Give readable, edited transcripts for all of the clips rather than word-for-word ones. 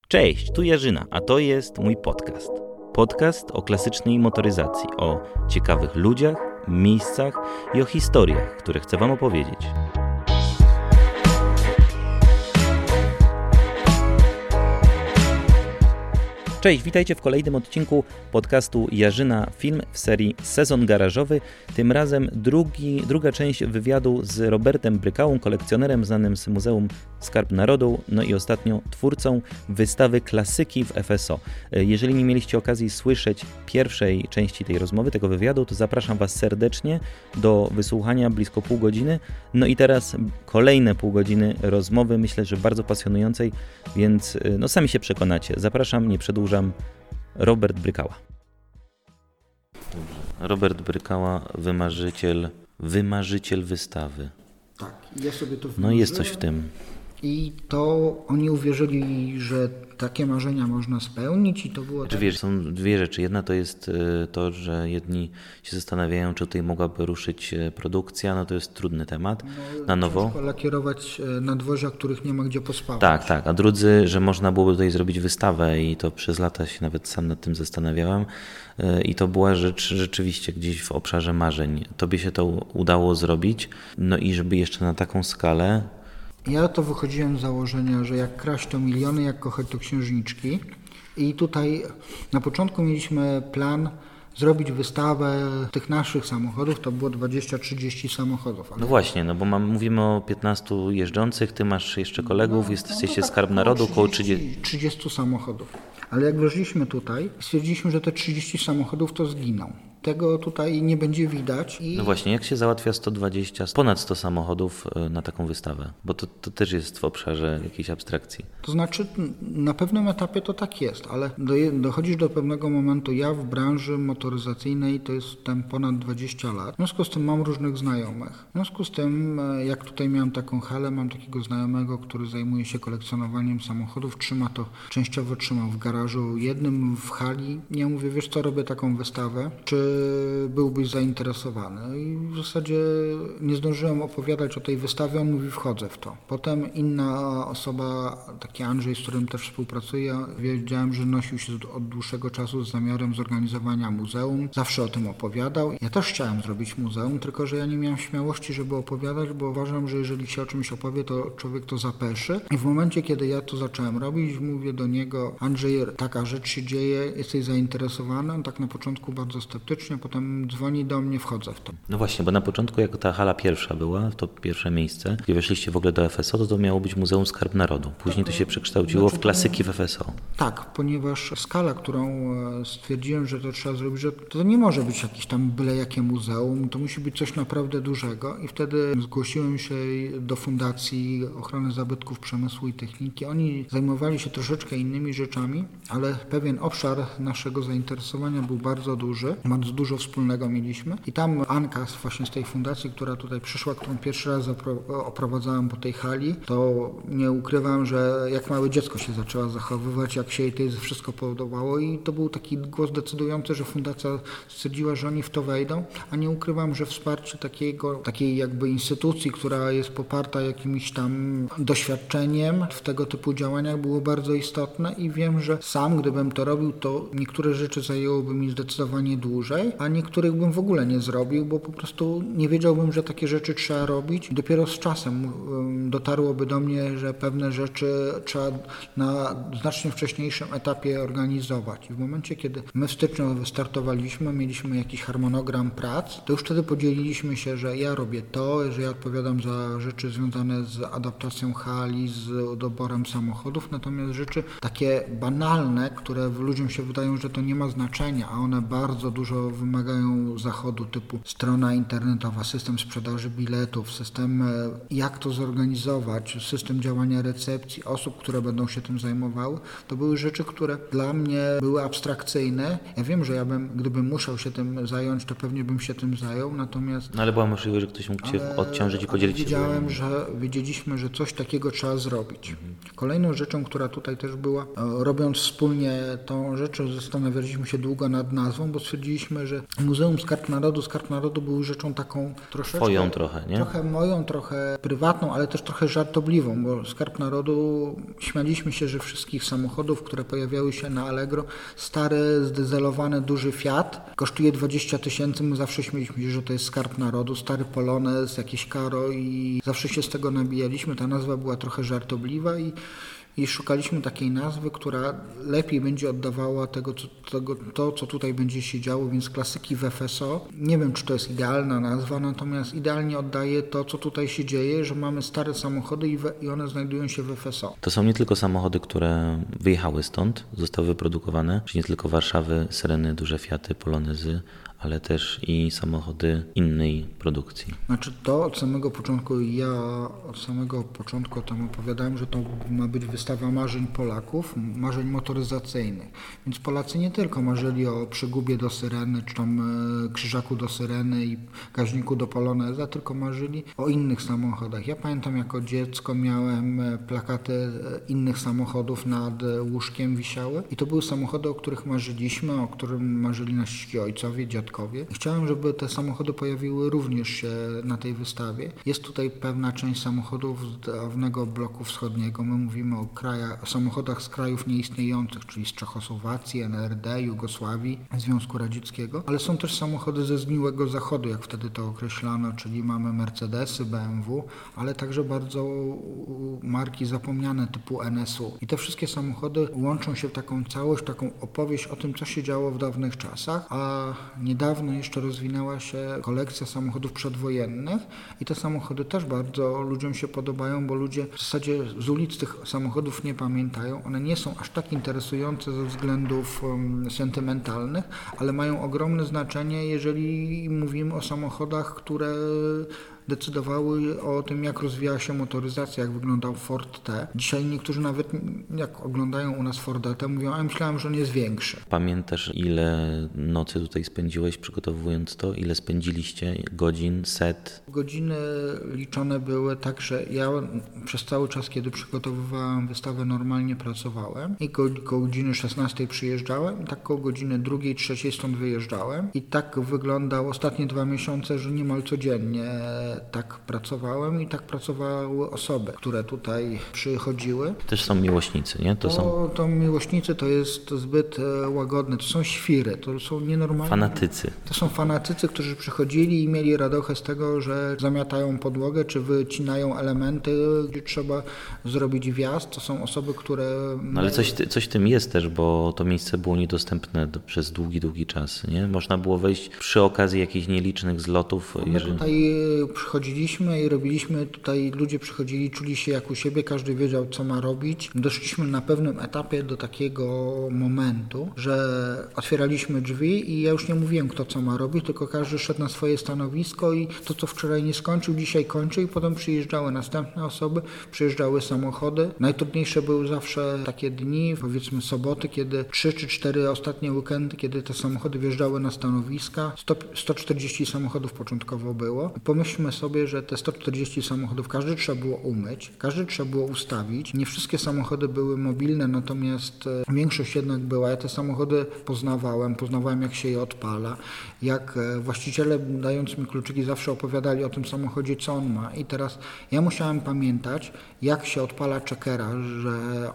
Cześć, tu Jarzyna, a to jest mój podcast. Podcast o klasycznej motoryzacji, o ciekawych ludziach, miejscach i o historiach, które chcę Wam opowiedzieć. Cześć, witajcie w kolejnym odcinku podcastu Jarzyna Film w serii Sezon Garażowy. Tym razem druga część wywiadu z Robertem Brykałą, kolekcjonerem znanym z Muzeum Skarb Narodu, no i ostatnio twórcą wystawy klasyki w FSO. Jeżeli nie mieliście okazji słyszeć pierwszej części tej rozmowy, tego wywiadu, to zapraszam Was serdecznie do wysłuchania blisko pół godziny. No i teraz kolejne pół godziny rozmowy, myślę, że bardzo pasjonującej, więc sami się przekonacie. Zapraszam, nie przedłużam. Robert Brykała. Robert Brykała, wymarzyciel wystawy. Tak, ja sobie to No jest coś w tym. I to oni uwierzyli, że takie marzenia można spełnić i to było... Wiesz, są dwie rzeczy. Jedna to jest to, że jedni się zastanawiają, czy tutaj mogłaby ruszyć produkcja, no to jest trudny temat na nowo. Ciężko lakierować nadwozia, których nie ma gdzie pospawać. Tak, a drudzy, że można byłoby tutaj zrobić wystawę i to przez lata się nawet sam nad tym zastanawiałem i to była rzecz rzeczywiście gdzieś w obszarze marzeń. Tobie się to udało zrobić, no i żeby jeszcze na taką skalę. Ja to wychodziłem z założenia, że jak kraść to miliony, jak kochać to księżniczki. I tutaj na początku mieliśmy plan zrobić wystawę tych naszych samochodów, to było 20-30 samochodów. Ale... No właśnie, no bo mówimy o 15 jeżdżących, ty masz jeszcze kolegów, jesteście Skarb Narodu, około 30 samochodów. Ale jak weszliśmy tutaj, stwierdziliśmy, że te 30 samochodów to zginą. Tego tutaj nie będzie widać. No właśnie, jak się załatwia ponad 100 samochodów na taką wystawę? Bo to też jest w obszarze jakiejś abstrakcji. To znaczy, na pewnym etapie to tak jest, ale dochodzisz do pewnego momentu. Ja w branży motoryzacyjnej to jestem ponad 20 lat. W związku z tym mam różnych znajomych. W związku z tym, jak tutaj miałem taką halę, mam takiego znajomego, który zajmuje się kolekcjonowaniem samochodów. Częściowo trzymał w garażu jednym w hali. Ja mówię, wiesz co, robię taką wystawę. Czy byłbyś zainteresowany? I w zasadzie nie zdążyłem opowiadać o tej wystawie, on mówi, wchodzę w to. Potem inna osoba, taki Andrzej, z którym też współpracuję, wiedziałem, że nosił się od dłuższego czasu z zamiarem zorganizowania muzeum. Zawsze o tym opowiadał. Ja też chciałem zrobić muzeum, tylko że ja nie miałem śmiałości, żeby opowiadać, bo uważam, że jeżeli się o czymś opowie, to człowiek to zapeszy. I w momencie, kiedy ja to zacząłem robić, mówię do niego, Andrzej, taka rzecz się dzieje, jesteś zainteresowany? On tak na początku bardzo sceptycznie, potem dzwoni do mnie, wchodzę w to. No właśnie, bo na początku jak ta hala pierwsza była, to pierwsze miejsce, gdzie weszliście w ogóle do FSO, to miało być Muzeum Skarb Narodu. Później to się przekształciło w klasyki w FSO. Tak, ponieważ skala, którą stwierdziłem, że to trzeba zrobić, że to nie może być jakieś tam byle jakie muzeum, to musi być coś naprawdę dużego i wtedy zgłosiłem się do Fundacji Ochrony Zabytków Przemysłu i Techniki. Oni zajmowali się troszeczkę innymi rzeczami, ale pewien obszar naszego zainteresowania był bardzo duży. Bardzo dużo wspólnego mieliśmy i tam Anka właśnie z tej fundacji, która tutaj przyszła, którą pierwszy raz oprowadzałem po tej hali, to nie ukrywam, że jak małe dziecko się zaczęła zachowywać, jak się jej to wszystko podobało i to był taki głos decydujący, że fundacja stwierdziła, że oni w to wejdą, a nie ukrywam, że wsparcie takiej jakby instytucji, która jest poparta jakimś tam doświadczeniem w tego typu działaniach było bardzo istotne i wiem, że sam gdybym to robił, to niektóre rzeczy zajęłoby mi zdecydowanie dłużej, a niektórych bym w ogóle nie zrobił, bo po prostu nie wiedziałbym, że takie rzeczy trzeba robić. Dopiero z czasem dotarłoby do mnie, że pewne rzeczy trzeba na znacznie wcześniejszym etapie organizować. I w momencie, kiedy my w styczniu wystartowaliśmy, mieliśmy jakiś harmonogram prac, to już wtedy podzieliliśmy się, że ja robię to, że ja odpowiadam za rzeczy związane z adaptacją hali, z doborem samochodów, natomiast rzeczy takie banalne, które ludziom się wydają, że to nie ma znaczenia, a one bardzo dużo wymagają zachodu typu strona internetowa, system sprzedaży biletów, system jak to zorganizować, system działania recepcji, osób, które będą się tym zajmowały. To były rzeczy, które dla mnie były abstrakcyjne. Ja wiem, że gdybym musiał się tym zająć, to pewnie bym się tym zajął, natomiast... No ale była możliwość, że ktoś mógł Cię odciążyć i podzielić się. Wiedzieliśmy, że coś takiego trzeba zrobić. Kolejną rzeczą, która tutaj też była, robiąc wspólnie tą rzecz, zastanawialiśmy się długo nad nazwą, bo stwierdziliśmy, że Muzeum Skarb Narodu był rzeczą taką troszeczkę... Twoją trochę, nie? Trochę moją, trochę prywatną, ale też trochę żartobliwą, bo Skarb Narodu, śmialiśmy się, że wszystkich samochodów samochodów, które pojawiały się na Allegro. Stary, zdyzelowany, duży Fiat. Kosztuje 20 000. My zawsze śmieliśmy się, że to jest skarb narodu. Stary Polonez, jakieś Karo i zawsze się z tego nabijaliśmy. Ta nazwa była trochę żartobliwa i szukaliśmy takiej nazwy, która lepiej będzie oddawała to, co tutaj będzie się działo, więc klasyki w FSO. Nie wiem, czy to jest idealna nazwa, natomiast idealnie oddaje to, co tutaj się dzieje, że mamy stare samochody i one znajdują się w FSO. To są nie tylko samochody, które wyjechały stąd, zostały wyprodukowane, czyli nie tylko Warszawy, Syreny, duże Fiaty, Polonezy, ale też i samochody innej produkcji. Znaczy to od samego początku tam opowiadałem, że to ma być wystawa marzeń Polaków, marzeń motoryzacyjnych. Więc Polacy nie tylko marzyli o przygubie do Syreny, czy tam krzyżaku do Syreny i gaźniku do Poloneza, tylko marzyli o innych samochodach. Ja pamiętam, jako dziecko miałem plakaty innych samochodów nad łóżkiem wisiały i to były samochody, o których marzyliśmy, o którym marzyli nasi ojcowie, dziadkowie. Chciałem, żeby te samochody pojawiły również się na tej wystawie. Jest tutaj pewna część samochodów z dawnego bloku wschodniego. My mówimy o samochodach z krajów nieistniejących, czyli z Czechosłowacji, NRD, Jugosławii, Związku Radzieckiego, ale są też samochody ze zgniłego zachodu, jak wtedy to określano, czyli mamy Mercedesy, BMW, ale także bardzo marki zapomniane typu NSU. I te wszystkie samochody łączą się w taką całość, taką opowieść o tym, co się działo w dawnych czasach, a niedawno jeszcze rozwinęła się kolekcja samochodów przedwojennych i te samochody też bardzo ludziom się podobają, bo ludzie w zasadzie z ulic tych samochodów nie pamiętają. One nie są aż tak interesujące ze względów sentymentalnych, ale mają ogromne znaczenie, jeżeli mówimy o samochodach, które decydowały o tym, jak rozwijała się motoryzacja, jak wyglądał Ford T. Dzisiaj niektórzy nawet, jak oglądają u nas Forda T, mówią, a myślałem, że on jest większy. Pamiętasz, ile nocy tutaj spędziłeś przygotowując to? Ile spędziliście godzin, set? Godziny liczone były tak, że ja przez cały czas, kiedy przygotowywałem wystawę, normalnie pracowałem i koło godziny 16 przyjeżdżałem i tak koło godziny 2, 3 stąd wyjeżdżałem i tak wyglądał ostatnie 2 miesiące, że niemal codziennie tak pracowałem i tak pracowały osoby, które tutaj przychodziły. Też są miłośnicy, nie? To miłośnicy to jest zbyt łagodne, to są świry, to są nienormalne. Fanatycy. To są fanatycy, którzy przychodzili i mieli radochę z tego, że zamiatają podłogę, czy wycinają elementy, gdzie trzeba zrobić wjazd. To są osoby, które... No ale coś w tym jest też, bo to miejsce było niedostępne przez długi czas, nie? Można było wejść przy okazji jakichś nielicznych zlotów. Tutaj przychodziliśmy i robiliśmy, tutaj ludzie przychodzili, czuli się jak u siebie, każdy wiedział, co ma robić. Doszliśmy na pewnym etapie do takiego momentu, że otwieraliśmy drzwi i ja już nie mówiłem, kto co ma robić, tylko każdy szedł na swoje stanowisko i to, co wczoraj nie skończył, dzisiaj kończy i potem przyjeżdżały następne osoby, przyjeżdżały samochody. Najtrudniejsze były zawsze takie dni, powiedzmy soboty, kiedy 3 czy 4 ostatnie weekendy, kiedy te samochody wjeżdżały na stanowiska. 140 samochodów początkowo było. Pomyślmy sobie, że te 140 samochodów, każdy trzeba było umyć, każdy trzeba było ustawić. Nie wszystkie samochody były mobilne, natomiast większość jednak była. Ja te samochody poznawałem jak się je odpala, jak właściciele, dając mi kluczyki, zawsze opowiadali o tym samochodzie, co on ma. I teraz ja musiałem pamiętać, jak się odpala checkera, że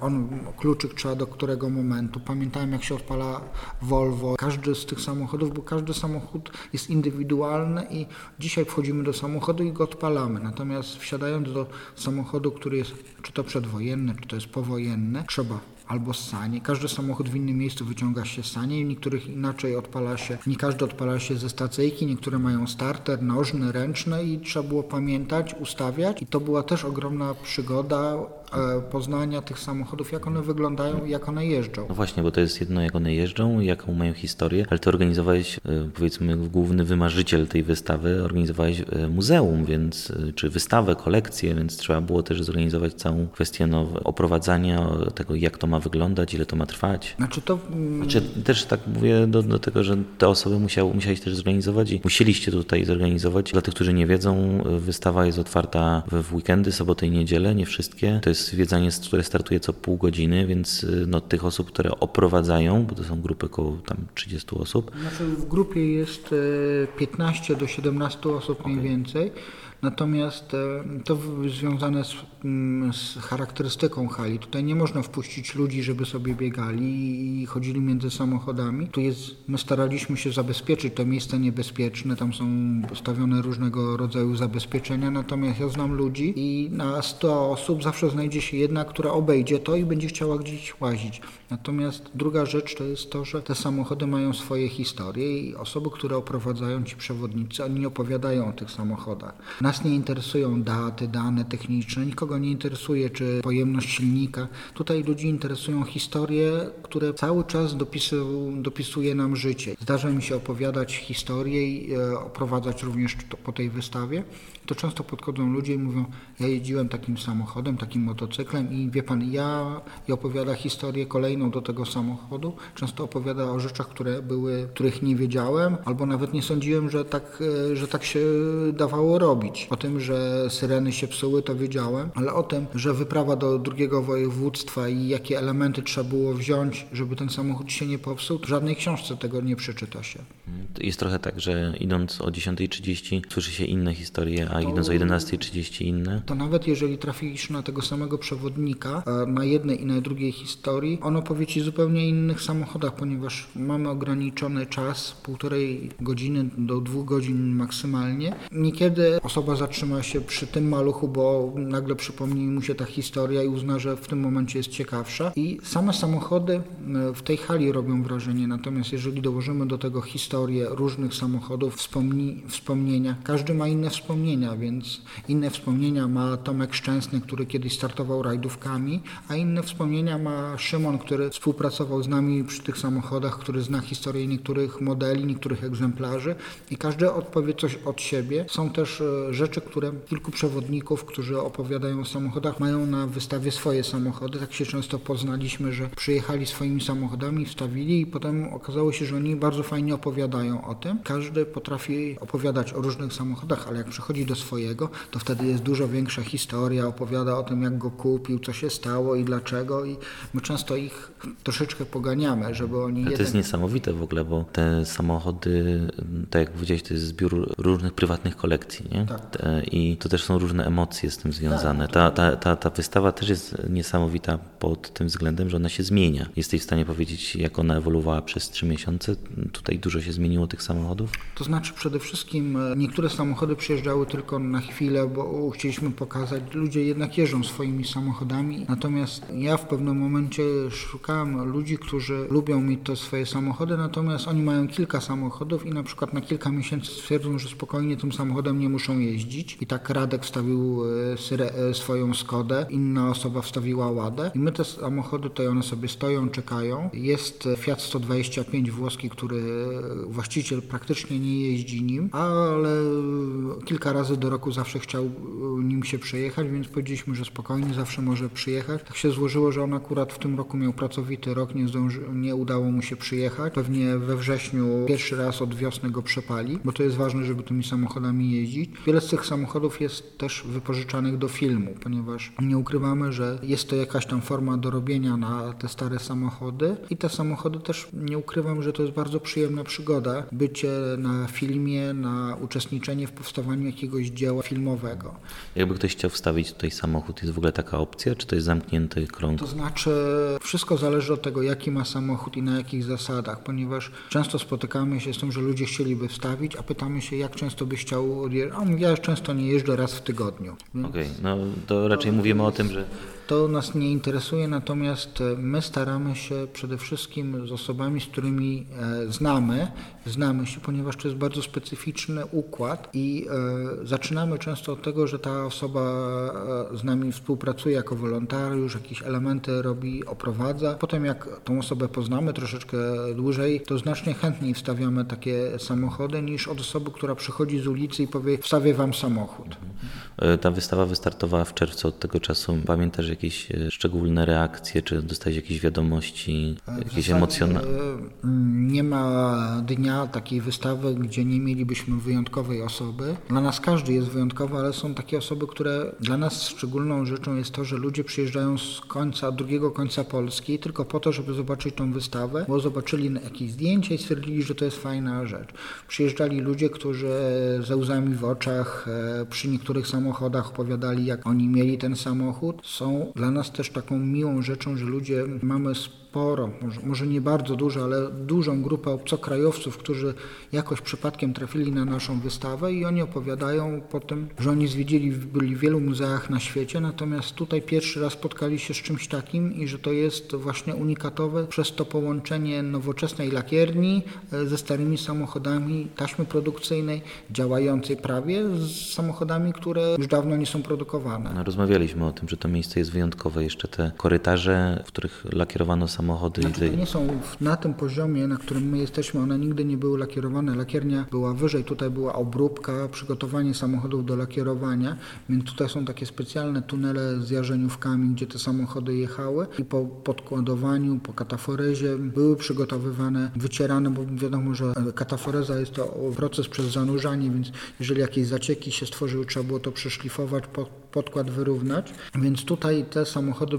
kluczyk trzeba do którego momentu. Pamiętałem, jak się odpala Volvo. Każdy z tych samochodów, bo każdy samochód jest indywidualny i dzisiaj wchodzimy do samochodu i go odpalamy. Natomiast wsiadając do samochodu, który jest czy to przedwojenny, czy to jest powojenny, trzeba albo sanie. Każdy samochód w innym miejscu wyciąga się sanie, niektórych inaczej odpala się, nie każdy odpala się ze stacyjki, niektóre mają starter nożny, ręczny i trzeba było pamiętać, ustawiać i to była też ogromna przygoda poznania tych samochodów, jak one wyglądają, jak one jeżdżą. No właśnie, bo to jest jedno, jak one jeżdżą, jaką mają historię, ale ty organizowałeś, powiedzmy, główny wymarzyciel tej wystawy, organizowałeś muzeum, więc, czy wystawę, kolekcję, więc trzeba było też zorganizować całą kwestię oprowadzania tego, jak to ma wyglądać, ile to ma trwać. Też tak mówię do tego, że te osoby musiałeś też zorganizować i musieliście tutaj zorganizować. Dla tych, którzy nie wiedzą, wystawa jest otwarta w weekendy, soboty i niedzielę, nie wszystkie. To jest zwiedzanie, które startuje co pół godziny, więc tych osób, które oprowadzają, bo to są grupy około tam 30 osób. W grupie jest 15 do 17 osób mniej więcej. Natomiast to związane z charakterystyką hali. Tutaj nie można wpuścić ludzi, żeby sobie biegali i chodzili między samochodami. My staraliśmy się zabezpieczyć te miejsca niebezpieczne, tam są postawione różnego rodzaju zabezpieczenia, natomiast ja znam ludzi i na 100 osób zawsze znajdzie się jedna, która obejdzie to i będzie chciała gdzieś łazić. Natomiast druga rzecz to jest to, że te samochody mają swoje historie i osoby, które oprowadzają ci przewodnicy, oni nie opowiadają o tych samochodach. Nas nie interesują daty, dane techniczne, nikogo nie interesuje, czy pojemność silnika. Tutaj ludzi interesują historie, które cały czas dopisuje nam życie. Zdarza mi się opowiadać historię i oprowadzać również po tej wystawie. To często podchodzą ludzie i mówią, ja jeździłem takim samochodem, takim motocyklem i wie pan, i opowiada historię kolejną do tego samochodu. Często opowiada o rzeczach, których nie wiedziałem, albo nawet nie sądziłem, że tak się dawało robić. O tym, że syreny się psuły, to wiedziałem, ale o tym, że wyprawa do drugiego województwa i jakie elementy trzeba było wziąć, żeby ten samochód się nie popsuł, to w żadnej książce tego nie przeczyta się. Jest trochę tak, że idąc o 10:30 słyszy się inne historie, a idąc o 11:30 inne. To nawet jeżeli trafisz na tego samego przewodnika, na jednej i na drugiej historii, on opowie ci zupełnie innych samochodach, ponieważ mamy ograniczony czas, 1,5 godziny do 2 godzin maksymalnie. Niekiedy osoba zatrzyma się przy tym maluchu, bo nagle przypomni mu się ta historia i uzna, że w tym momencie jest ciekawsza. I same samochody w tej hali robią wrażenie, natomiast jeżeli dołożymy do tego historię różnych samochodów, wspomnienia, każdy ma inne wspomnienia, więc inne wspomnienia ma Tomek Szczęsny, który kiedyś startował rajdówkami, a inne wspomnienia ma Szymon, który współpracował z nami przy tych samochodach, który zna historię niektórych modeli, niektórych egzemplarzy i każdy odpowie coś od siebie. Są też rzeczy, które kilku przewodników, którzy opowiadają o samochodach, mają na wystawie swoje samochody. Tak się często poznaliśmy, że przyjechali swoimi samochodami, wstawili i potem okazało się, że oni bardzo fajnie opowiadają o tym. Każdy potrafi opowiadać o różnych samochodach, ale jak przychodzi do swojego, to wtedy jest dużo większa historia, opowiada o tym, jak go kupił, co się stało i dlaczego i my często ich troszeczkę poganiamy, żeby oni... To jest niesamowite w ogóle, bo te samochody, tak jak powiedziałeś, to jest zbiór różnych prywatnych kolekcji, nie? Tak. I to też są różne emocje z tym związane. Ta wystawa też jest niesamowita pod tym względem, że ona się zmienia. Jesteś w stanie powiedzieć, jak ona ewoluowała przez 3 miesiące? Tutaj dużo się zmieniło tych samochodów? To znaczy przede wszystkim niektóre samochody przyjeżdżały tylko na chwilę, bo chcieliśmy pokazać, ludzie jednak jeżdżą swoimi samochodami, natomiast ja w pewnym momencie szukałem ludzi, którzy lubią mieć te swoje samochody, natomiast oni mają kilka samochodów i na przykład na kilka miesięcy stwierdzą, że spokojnie tym samochodem nie muszą jeździć. I tak Radek wstawił swoją Skodę, inna osoba wstawiła Ładę i my te samochody, to one sobie stoją, czekają. Jest Fiat 125 włoski, który właściciel praktycznie nie jeździ nim, ale kilka razy do roku zawsze chciał nim się przejechać, więc powiedzieliśmy, że spokojnie zawsze może przyjechać. Tak się złożyło, że on akurat w tym roku miał pracowity rok, nie udało mu się przyjechać. Pewnie we wrześniu pierwszy raz od wiosny go przepali, bo to jest ważne, żeby tymi samochodami jeździć. Wiele z tych samochodów jest też wypożyczanych do filmu, ponieważ nie ukrywamy, że jest to jakaś tam forma dorobienia na te stare samochody i te samochody też nie ukrywam, że to jest bardzo przyjemna przygoda. Bycie na filmie, na uczestniczenie w powstawaniu jakiegoś dzieła filmowego. Jakby ktoś chciał wstawić tutaj samochód, jest w ogóle taka opcja, czy to jest zamknięty krąg? To znaczy, wszystko zależy od tego, jaki ma samochód i na jakich zasadach, ponieważ często spotykamy się z tym, że ludzie chcieliby wstawić, a pytamy się, jak często byś chciał odjeżdżać. Ja często nie jeżdżę raz w tygodniu. Okej, no to raczej mówimy o tym, że... To nas nie interesuje, natomiast my staramy się przede wszystkim z osobami, z którymi znamy się, ponieważ to jest bardzo specyficzny układ i zaczynamy często od tego, że ta osoba z nami współpracuje jako wolontariusz, jakieś elementy robi, oprowadza. Potem jak tą osobę poznamy troszeczkę dłużej, to znacznie chętniej wstawiamy takie samochody niż od osoby, która przychodzi z ulicy i powie, wstawię wam samochód. Ta wystawa wystartowała w czerwcu, od tego czasu pamiętasz, jakieś szczególne reakcje, czy dostałeś jakieś wiadomości, jakieś emocjonalne? Nie ma dnia takiej wystawy, gdzie nie mielibyśmy wyjątkowej osoby. Dla nas każdy jest wyjątkowy, ale są takie osoby, które dla nas szczególną rzeczą jest to, że ludzie przyjeżdżają z drugiego końca Polski tylko po to, żeby zobaczyć tą wystawę, bo zobaczyli jakieś zdjęcia i stwierdzili, że to jest fajna rzecz. Przyjeżdżali ludzie, którzy ze łzami w oczach przy niektórych samochodach opowiadali, jak oni mieli ten samochód. Są dla nas też taką miłą rzeczą, że ludzie mamy sporo, może nie bardzo dużo, ale dużą grupę obcokrajowców, którzy jakoś przypadkiem trafili na naszą wystawę i oni opowiadają po tym, że oni byli w wielu muzeach na świecie, natomiast tutaj pierwszy raz spotkali się z czymś takim i że to jest właśnie unikatowe przez to połączenie nowoczesnej lakierni ze starymi samochodami taśmy produkcyjnej, działającej prawie, z samochodami, które już dawno nie są produkowane. Rozmawialiśmy o tym, że to miejsce jest wyjątkowe. Jeszcze te korytarze, w których lakierowano samochody. To nie są na tym poziomie, na którym my jesteśmy, one nigdy nie były lakierowane. Lakiernia była wyżej, tutaj była obróbka, przygotowanie samochodów do lakierowania, więc tutaj są takie specjalne tunele z jarzeniówkami, gdzie te samochody jechały i po podkładowaniu, po kataforezie były przygotowywane, wycierane, bo wiadomo, że kataforeza jest to proces przez zanurzanie, więc jeżeli jakieś zacieki się stworzyły, trzeba było to przeszlifować, podkład wyrównać, więc tutaj te samochody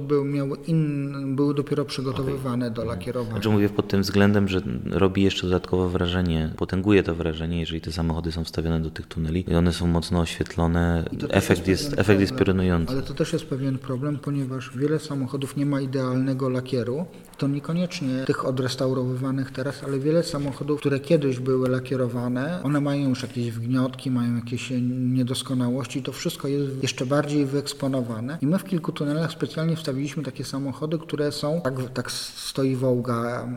były dopiero przygotowywane do lakierowania. Znaczy mówię pod tym względem, że robi jeszcze dodatkowe wrażenie, potęguje to wrażenie, jeżeli te samochody są wstawione do tych tuneli i one są mocno oświetlone. Efekt jest piorunujący. Ale to też jest pewien problem, ponieważ wiele samochodów nie ma idealnego lakieru. To niekoniecznie tych odrestaurowywanych teraz, ale wiele samochodów, które kiedyś były lakierowane, one mają już jakieś wgniotki, mają jakieś niedoskonałości. To wszystko jest jeszcze bardziej wyeksponowane. I my w kilku tunelach specjalnie wstawiliśmy takie samochody, które są, tak stoi Wołga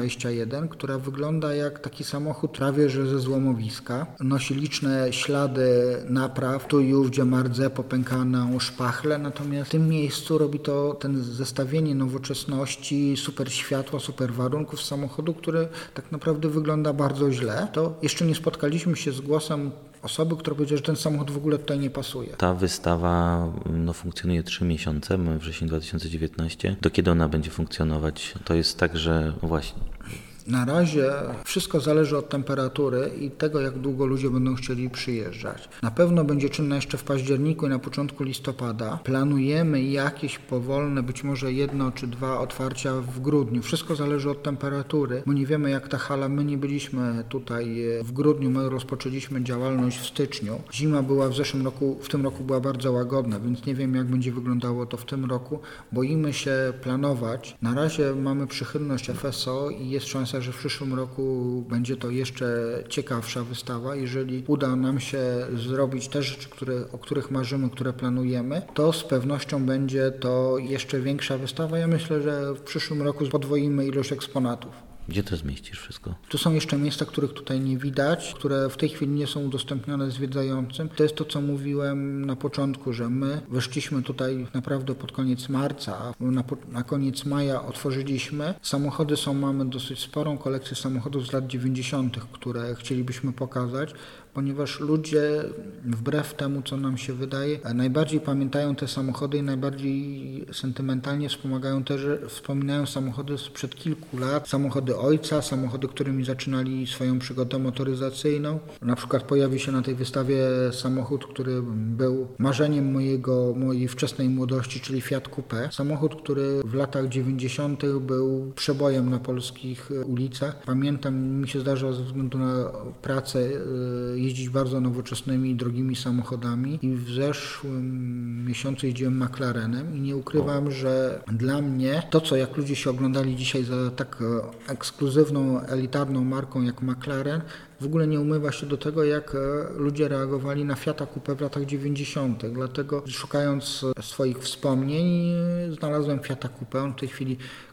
M21, która wygląda jak taki samochód prawie że ze złomowiska. Nosi liczne ślady napraw, tu i ówdzie ma rdzę popękaną, szpachlę, natomiast w tym miejscu robi to ten zestawienie nowoczesności, super światła, super warunków samochodu, który tak naprawdę wygląda bardzo źle. To jeszcze nie spotkaliśmy się z głosem osoby, która powiedziała, że ten samochód w ogóle tutaj nie pasuje. Ta wystawa funkcjonuje 3 miesiące, mamy wrzesień 2019. Do kiedy ona będzie funkcjonować? To jest tak, że właśnie... Na razie wszystko zależy od temperatury i tego, jak długo ludzie będą chcieli przyjeżdżać. Na pewno będzie czynna jeszcze w październiku i na początku listopada. Planujemy jakieś powolne, być może 1 czy 2 otwarcia w grudniu. Wszystko zależy od temperatury, bo nie wiemy, jak ta hala. My nie byliśmy tutaj w grudniu, my rozpoczęliśmy działalność w styczniu. Zima była w tym roku była bardzo łagodna, więc nie wiem, jak będzie wyglądało to w tym roku. Boimy się planować. Na razie mamy przychylność FSO i jest szansa, że w przyszłym roku będzie to jeszcze ciekawsza wystawa. Jeżeli uda nam się zrobić te rzeczy, o których marzymy, które planujemy, to z pewnością będzie to jeszcze większa wystawa. Ja myślę, że w przyszłym roku podwoimy ilość eksponatów. Gdzie to zmieścisz wszystko? Tu są jeszcze miejsca, których tutaj nie widać, które w tej chwili nie są udostępnione zwiedzającym. To jest to, co mówiłem na początku, że my weszliśmy tutaj naprawdę pod koniec marca, a na koniec maja otworzyliśmy. Mamy dosyć sporą kolekcję samochodów z lat 90., które chcielibyśmy pokazać, ponieważ ludzie, wbrew temu, co nam się wydaje, najbardziej pamiętają te samochody i najbardziej sentymentalnie wspominają samochody sprzed kilku lat, samochody ojca, samochody, którymi zaczynali swoją przygodę motoryzacyjną. Na przykład pojawi się na tej wystawie samochód, który był marzeniem mojej wczesnej młodości, czyli Fiat Coupé. Samochód, który w latach 90. był przebojem na polskich ulicach. Pamiętam, mi się zdarza ze względu na pracę jeździć bardzo nowoczesnymi, drogimi samochodami i w zeszłym miesiącu jeździłem McLarenem i nie ukrywam, że dla mnie to, co jak ludzie się oglądali dzisiaj za tak ekskluzywną, elitarną marką jak McLaren, w ogóle nie umywa się do tego, jak ludzie reagowali na Fiata Coupé w latach 90. Dlatego szukając swoich wspomnień znalazłem Fiata Coupé. On w tej chwili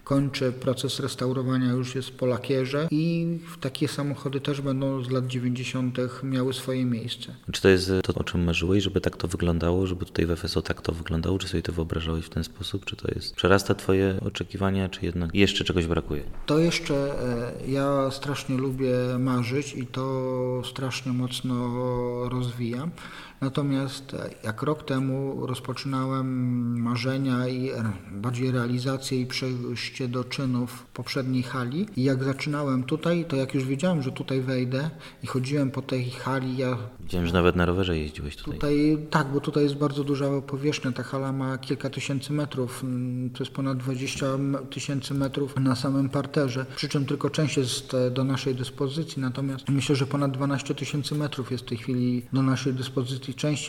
kończy proces restaurowania, już jest po lakierze i takie samochody też będą z lat 90. miały swoje miejsce. Czy to jest to, o czym marzyłeś, żeby tak to wyglądało, żeby tutaj w FSO tak to wyglądało? Czy sobie to wyobrażałeś w ten sposób? Czy to przerasta twoje oczekiwania, czy jednak jeszcze czegoś brakuje? To jeszcze ja strasznie lubię marzyć i to strasznie mocno rozwijam. Natomiast jak rok temu rozpoczynałem marzenia i bardziej realizację i przejście do czynów w poprzedniej hali i jak zaczynałem tutaj, to jak już wiedziałem, że tutaj wejdę i chodziłem po tej hali, Widziałem, że nawet na rowerze jeździłeś tutaj. Tak, bo tutaj jest bardzo duża powierzchnia, ta hala ma kilka tysięcy metrów, to jest ponad 20 tysięcy metrów na samym parterze, przy czym tylko część jest do naszej dyspozycji, natomiast myślę, że ponad 12 tysięcy metrów jest w tej chwili do naszej dyspozycji. Część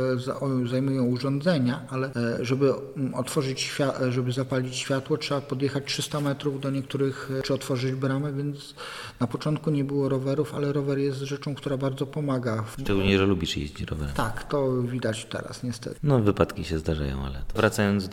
zajmują urządzenia, ale żeby otworzyć żeby zapalić światło, trzeba podjechać 300 metrów do niektórych, czy otworzyć bramę, więc na początku nie było rowerów, ale rower jest rzeczą, która bardzo pomaga. Szczególnie, że lubisz jeździć rowerem. Tak, to widać teraz niestety. No wypadki się zdarzają, ale wracając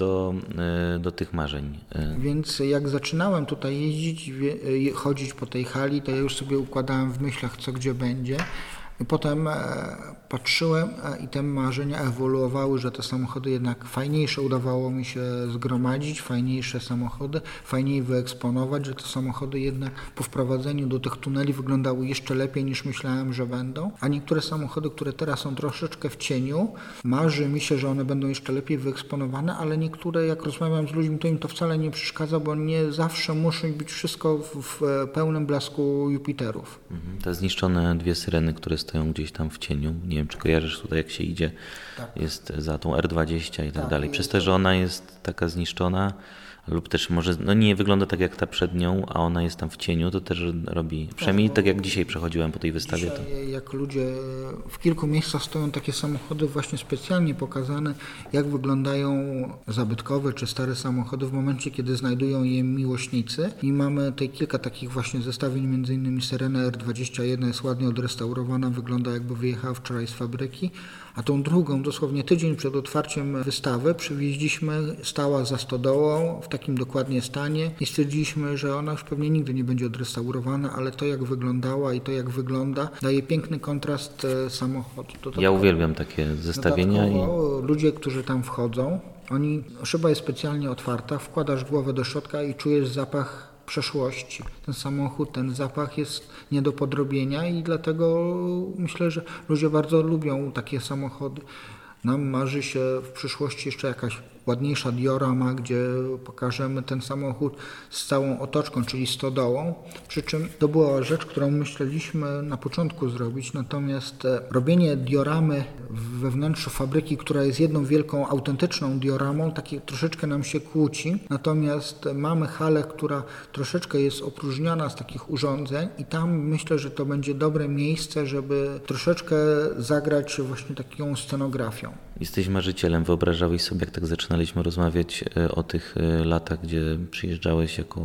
do tych marzeń. Więc jak zaczynałem tutaj jeździć, chodzić po tej hali, to ja już sobie układałem w myślach, co gdzie będzie. I potem patrzyłem i te marzenia ewoluowały, że te samochody jednak fajniejsze udawało mi się zgromadzić, fajniejsze samochody, fajniej wyeksponować, że te samochody jednak po wprowadzeniu do tych tuneli wyglądały jeszcze lepiej niż myślałem, że będą. A niektóre samochody, które teraz są troszeczkę w cieniu, marzy mi się, że one będą jeszcze lepiej wyeksponowane, ale niektóre, jak rozmawiam z ludźmi, to im to wcale nie przeszkadza, bo nie zawsze musi być wszystko w pełnym blasku Jupiterów. Te zniszczone dwie syreny, które stoją gdzieś tam w cieniu. Nie wiem, czy kojarzysz tutaj, jak się idzie, jest za tą R20 i tak dalej. Przez to, że ona jest taka zniszczona, lub też może nie wygląda tak jak ta przed nią, a ona jest tam w cieniu, to też robi, przynajmniej tak jak dzisiaj przechodziłem po tej wystawie. Dzisiaj, jak ludzie w kilku miejscach stoją takie samochody właśnie specjalnie pokazane, jak wyglądają zabytkowe czy stare samochody w momencie, kiedy znajdują je miłośnicy i mamy tutaj kilka takich właśnie zestawień, między innymi Syrena R21 jest ładnie odrestaurowana, wygląda jakby wyjechała wczoraj z fabryki, a tą drugą dosłownie tydzień przed otwarciem wystawy przywieźliśmy, stała za stodołą w takim dokładnie stanie i stwierdziliśmy, że ona już pewnie nigdy nie będzie odrestaurowana, ale to jak wyglądała i to jak wygląda daje piękny kontrast samochodu. Ja uwielbiam takie zestawienia. Ludzie, którzy tam wchodzą, szyba jest specjalnie otwarta, wkładasz głowę do środka i czujesz zapach przeszłości. Ten samochód, ten zapach jest nie do podrobienia i dlatego myślę, że ludzie bardzo lubią takie samochody. Nam marzy się w przyszłości jeszcze jakaś ładniejsza diorama, gdzie pokażemy ten samochód z całą otoczką, czyli stodołą. Przy czym to była rzecz, którą myśleliśmy na początku zrobić, natomiast robienie dioramy we wnętrzu fabryki, która jest jedną wielką, autentyczną dioramą, takie troszeczkę nam się kłóci. Natomiast mamy halę, która troszeczkę jest opróżniona z takich urządzeń i tam myślę, że to będzie dobre miejsce, żeby troszeczkę zagrać właśnie taką scenografią. Jesteś marzycielem. Wyobrażałeś sobie, jak tak zaczynaliśmy rozmawiać o tych latach, gdzie przyjeżdżałeś jako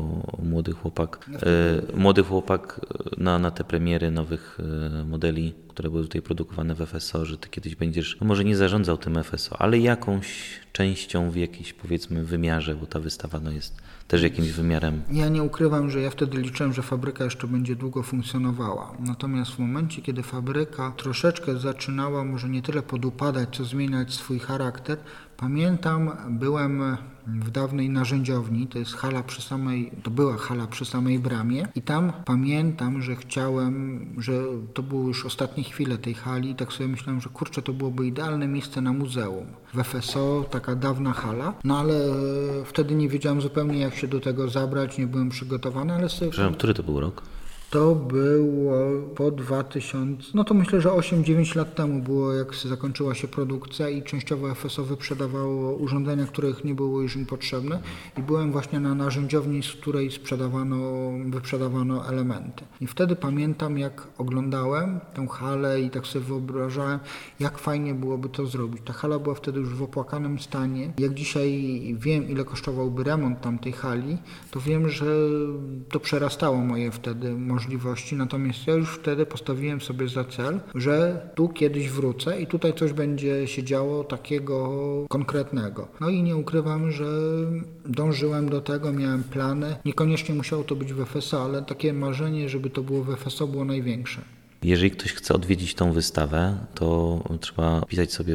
młody chłopak na te premiery nowych modeli, które były tutaj produkowane w FSO, że ty kiedyś będziesz, może nie zarządzał tym FSO, ale jakąś częścią w jakiejś, powiedzmy, wymiarze, bo ta wystawa jest też jakimś wymiarem. Ja nie ukrywam, że ja wtedy liczyłem, że fabryka jeszcze będzie długo funkcjonowała. Natomiast w momencie, kiedy fabryka troszeczkę zaczynała może nie tyle podupadać, co zmieniać swój charakter, pamiętam, byłem w dawnej narzędziowni, to była hala przy samej bramie i tam pamiętam, że że to były już ostatnie chwile tej hali i tak sobie myślałem, że kurczę, to byłoby idealne miejsce na muzeum. W FSO taka dawna hala, no ale wtedy nie wiedziałem zupełnie, jak się do tego zabrać, nie byłem przygotowany, ale sobie... Przepraszam, który to był rok? To było po 2000, no to myślę, że 8-9 lat temu było, jak zakończyła się produkcja i częściowo FSO wyprzedawało urządzenia, których nie było już im potrzebne i byłem właśnie na narzędziowni, z której wyprzedawano elementy. I wtedy pamiętam, jak oglądałem tę halę i tak sobie wyobrażałem, jak fajnie byłoby to zrobić. Ta hala była wtedy już w opłakanym stanie. Jak dzisiaj wiem, ile kosztowałby remont tamtej hali, to wiem, że to przerastało moje wtedy możliwości możliwości, natomiast ja już wtedy postawiłem sobie za cel, że tu kiedyś wrócę i tutaj coś będzie się działo takiego konkretnego. No i nie ukrywam, że dążyłem do tego, miałem plany. Niekoniecznie musiało to być w FSO, ale takie marzenie, żeby to było w FSO, było największe. Jeżeli ktoś chce odwiedzić tą wystawę, to trzeba pisać sobie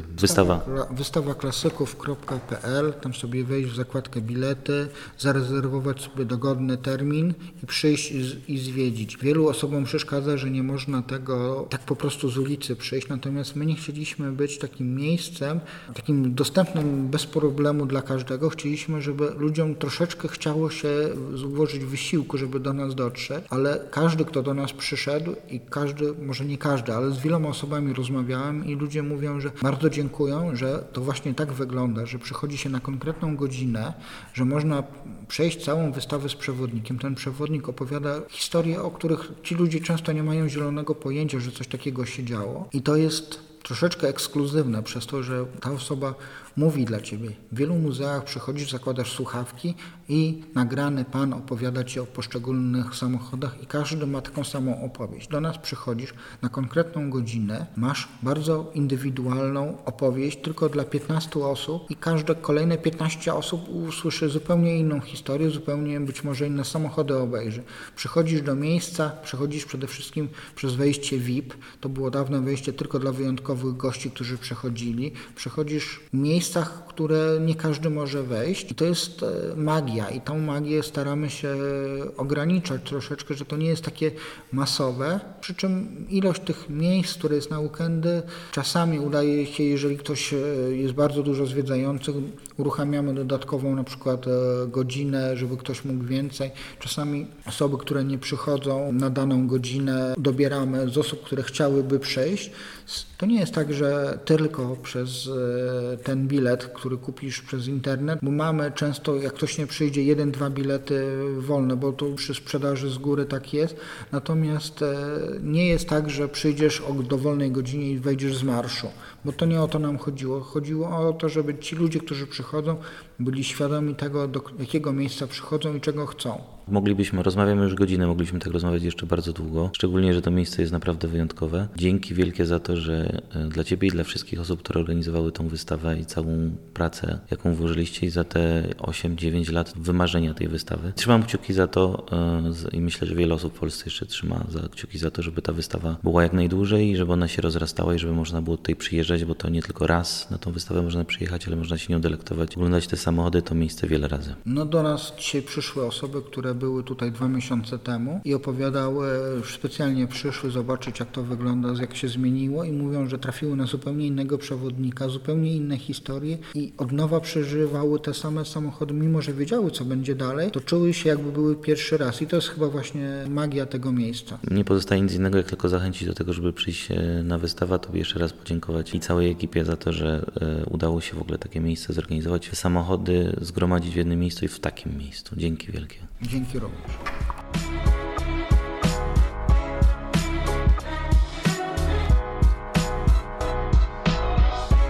wystawaklasyków.pl, tam sobie wejść w zakładkę bilety, zarezerwować sobie dogodny termin i przyjść i zwiedzić. Wielu osobom przeszkadza, że nie można tego tak po prostu z ulicy przyjść, natomiast my nie chcieliśmy być takim miejscem, takim dostępnym bez problemu dla każdego. Chcieliśmy, żeby ludziom troszeczkę chciało się złożyć wysiłku, żeby do nas dotrzeć, ale każdy, kto do nas przyszedł i może nie każdy, ale z wieloma osobami rozmawiałem i ludzie mówią, że bardzo dziękują, że to właśnie tak wygląda, że przychodzi się na konkretną godzinę, że można przejść całą wystawę z przewodnikiem. Ten przewodnik opowiada historie, o których ci ludzie często nie mają zielonego pojęcia, że coś takiego się działo. I to jest troszeczkę ekskluzywne przez to, że ta osoba mówi dla ciebie. W wielu muzeach przychodzisz, zakładasz słuchawki i nagrany pan opowiada ci o poszczególnych samochodach i każdy ma taką samą opowieść. Do nas przychodzisz na konkretną godzinę, masz bardzo indywidualną opowieść tylko dla 15 osób i każde kolejne 15 osób usłyszy zupełnie inną historię, zupełnie być może inne samochody obejrzy. Przychodzisz do miejsca, przechodzisz przede wszystkim przez wejście VIP, to było dawne wejście tylko dla wyjątkowych gości, którzy przechodzili. Przechodzisz w miejscach, które nie każdy może wejść i to jest magia i tą magię staramy się ograniczać troszeczkę, że to nie jest takie masowe, przy czym ilość tych miejsc, które jest na weekendy, czasami udaje się, jeżeli ktoś jest bardzo dużo zwiedzających, uruchamiamy dodatkową na przykład godzinę, żeby ktoś mógł więcej. Czasami osoby, które nie przychodzą na daną godzinę, dobieramy z osób, które chciałyby przejść. To nie jest tak, że tylko przez ten bilet, który kupisz przez internet, bo mamy często, jak ktoś nie przyjdzie, 1-2 bilety wolne, bo to przy sprzedaży z góry tak jest. Natomiast nie jest tak, że przyjdziesz o dowolnej godzinie i wejdziesz z marszu, bo to nie o to nam chodziło. Chodziło o to, żeby ci ludzie, którzy przychodzą, byli świadomi tego, do jakiego miejsca przychodzą i czego chcą. Rozmawiamy już godzinę, mogliśmy tak rozmawiać jeszcze bardzo długo, szczególnie, że to miejsce jest naprawdę wyjątkowe. Dzięki wielkie za to, że dla Ciebie i dla wszystkich osób, które organizowały tą wystawę i całą pracę, jaką włożyliście i za te 8-9 lat wymarzenia tej wystawy. Trzymam kciuki za to i myślę, że wiele osób w Polsce jeszcze trzyma kciuki za to, żeby ta wystawa była jak najdłużej i żeby ona się rozrastała i żeby można było tutaj przyjeżdżać, bo to nie tylko raz na tą wystawę można przyjechać, ale można się nią delektować, oglądać te samochody, to miejsce wiele razy. No do nas dzisiaj przyszły osoby, które były tutaj 2 miesiące temu i opowiadały, specjalnie przyszły zobaczyć, jak to wygląda, jak się zmieniło i mówią, że trafiły na zupełnie innego przewodnika, zupełnie inne historie i od nowa przeżywały te same samochody, mimo że wiedziały, co będzie dalej, to czuły się, jakby były pierwszy raz i to jest chyba właśnie magia tego miejsca. Nie pozostaje nic innego, jak tylko zachęcić do tego, żeby przyjść na wystawę, Tobie jeszcze raz podziękować i całej ekipie za to, że udało się w ogóle takie miejsce zorganizować, samochody zgromadzić w jednym miejscu i w takim miejscu. Dzięki wielkie. Dzięki również.